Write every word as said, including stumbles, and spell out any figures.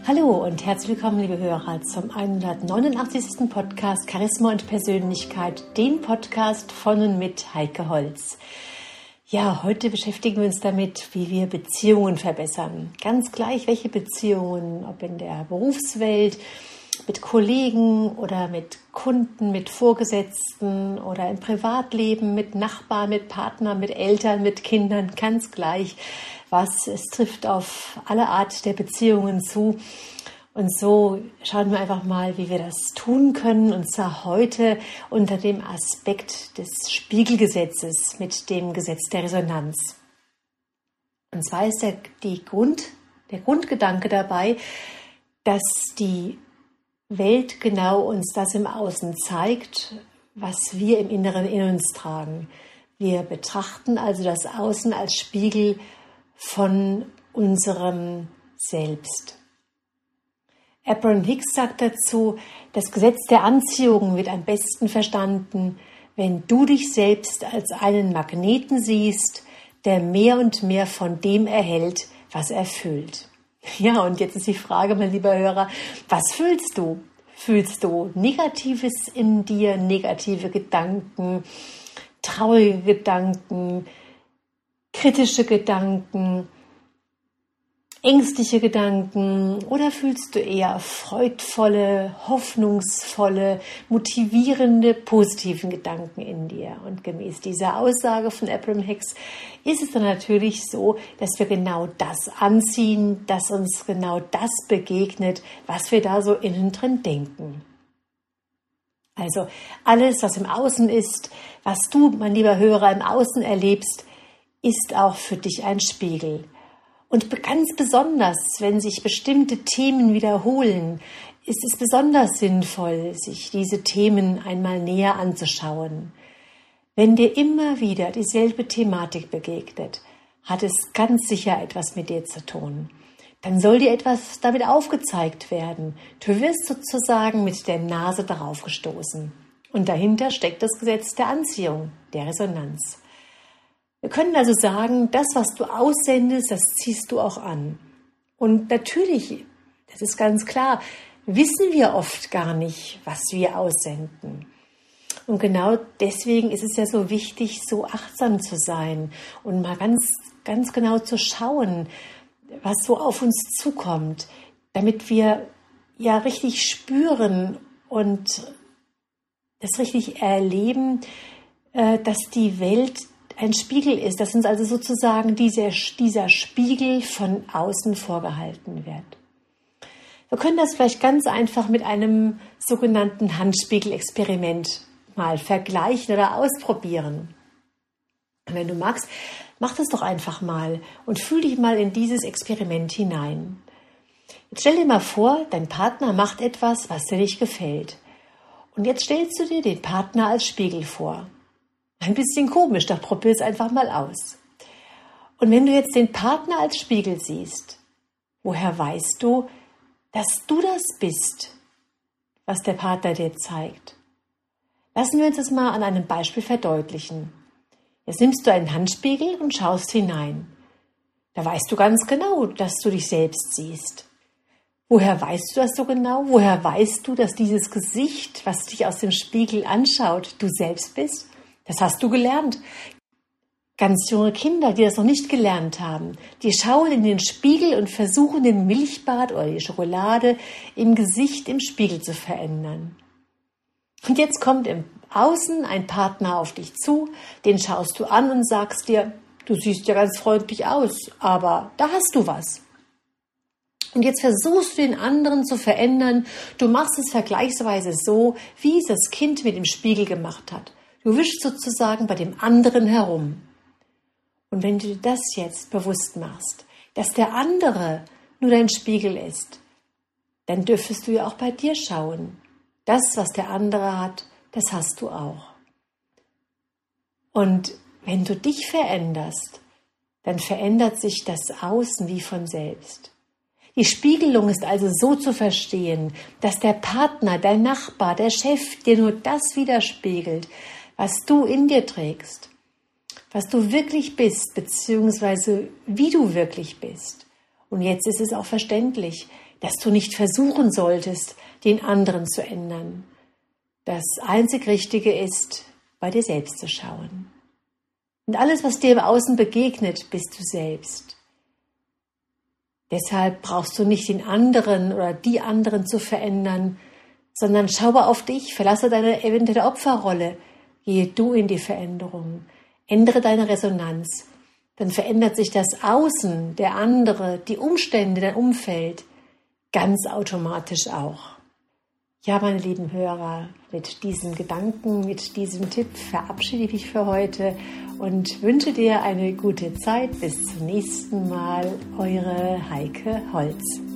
Hallo und herzlich willkommen, liebe Hörer, zum hundertneunundachtzigsten Podcast Charisma und Persönlichkeit, dem Podcast von und mit Heike Holz. Ja, heute beschäftigen wir uns damit, wie wir Beziehungen verbessern. Ganz gleich, welche Beziehungen, ob in der Berufswelt, mit Kollegen oder mit Kunden, mit Vorgesetzten oder im Privatleben, mit Nachbarn, mit Partnern, mit Eltern, mit Kindern, ganz gleich was. Es trifft auf alle Art der Beziehungen zu. Und so schauen wir einfach mal, wie wir das tun können, und zwar heute unter dem Aspekt des Spiegelgesetzes mit dem Gesetz der Resonanz. Und zwar ist der, die Grund, der Grundgedanke dabei, dass die Welt genau uns das im Außen zeigt, was wir im Inneren in uns tragen. Wir betrachten also das Außen als Spiegel von unserem Selbst. Abraham Hicks sagt dazu, das Gesetz der Anziehung wird am besten verstanden, wenn du dich selbst als einen Magneten siehst, der mehr und mehr von dem erhält, was er fühlt. Ja, und jetzt ist die Frage, mein lieber Hörer, was fühlst du? Fühlst du Negatives in dir, negative Gedanken, traurige Gedanken, kritische Gedanken, ängstliche Gedanken, oder fühlst du eher freudvolle, hoffnungsvolle, motivierende, positiven Gedanken in dir? Und gemäß dieser Aussage von Abraham Hicks ist es dann natürlich so, dass wir genau das anziehen, dass uns genau das begegnet, was wir da so innen drin denken. Also alles, was im Außen ist, was du, mein lieber Hörer, im Außen erlebst, ist auch für dich ein Spiegel. Und ganz besonders, wenn sich bestimmte Themen wiederholen, ist es besonders sinnvoll, sich diese Themen einmal näher anzuschauen. Wenn dir immer wieder dieselbe Thematik begegnet, hat es ganz sicher etwas mit dir zu tun. Dann soll dir etwas damit aufgezeigt werden. Du wirst sozusagen mit der Nase darauf gestoßen. Und dahinter steckt das Gesetz der Anziehung, der Resonanz. Wir können also sagen, das, was du aussendest, das ziehst du auch an. Und natürlich, das ist ganz klar, wissen wir oft gar nicht, was wir aussenden. Und genau deswegen ist es ja so wichtig, so achtsam zu sein und mal ganz, ganz genau zu schauen, was so auf uns zukommt, damit wir ja richtig spüren und das richtig erleben, dass die Welt ein Spiegel ist, dass uns also sozusagen dieser, dieser Spiegel von außen vorgehalten wird. Wir können das vielleicht ganz einfach mit einem sogenannten Handspiegel-Experiment mal vergleichen oder ausprobieren. Und wenn du magst, mach das doch einfach mal und fühl dich mal in dieses Experiment hinein. Jetzt stell dir mal vor, dein Partner macht etwas, was dir nicht gefällt. Und jetzt stellst du dir den Partner als Spiegel vor. Ein bisschen komisch, doch probier es einfach mal aus. Und wenn du jetzt den Partner als Spiegel siehst, woher weißt du, dass du das bist, was der Partner dir zeigt? Lassen wir uns das mal an einem Beispiel verdeutlichen. Jetzt nimmst du einen Handspiegel und schaust hinein. Da weißt du ganz genau, dass du dich selbst siehst. Woher weißt du das so genau? Woher weißt du, dass dieses Gesicht, was dich aus dem Spiegel anschaut, du selbst bist? Das hast du gelernt. Ganz junge Kinder, die das noch nicht gelernt haben, die schauen in den Spiegel und versuchen, den Milchbad oder die Schokolade im Gesicht im Spiegel zu verändern. Und jetzt kommt im Außen ein Partner auf dich zu, den schaust du an und sagst dir, du siehst ja ganz freundlich aus, aber da hast du was. Und jetzt versuchst du den anderen zu verändern. Du machst es vergleichsweise so, wie es das Kind mit dem Spiegel gemacht hat. Du wischst sozusagen bei dem anderen herum. Und wenn du dir das jetzt bewusst machst, dass der andere nur dein Spiegel ist, dann dürftest du ja auch bei dir schauen. Das, was der andere hat, das hast du auch. Und wenn du dich veränderst, dann verändert sich das Außen wie von selbst. Die Spiegelung ist also so zu verstehen, dass der Partner, der Nachbar, der Chef dir nur das widerspiegelt, was du in dir trägst, was du wirklich bist, beziehungsweise wie du wirklich bist. Und jetzt ist es auch verständlich, dass du nicht versuchen solltest, den anderen zu ändern. Das einzig Richtige ist, bei dir selbst zu schauen. Und alles, was dir im Außen begegnet, bist du selbst. Deshalb brauchst du nicht den anderen oder die anderen zu verändern, sondern schaue auf dich, verlasse deine eventuelle Opferrolle, gehe du in die Veränderung, ändere deine Resonanz. Dann verändert sich das Außen, der andere, die Umstände, dein Umfeld ganz automatisch auch. Ja, meine lieben Hörer, mit diesen Gedanken, mit diesem Tipp verabschiede ich mich für heute und wünsche dir eine gute Zeit. Bis zum nächsten Mal, eure Heike Holz.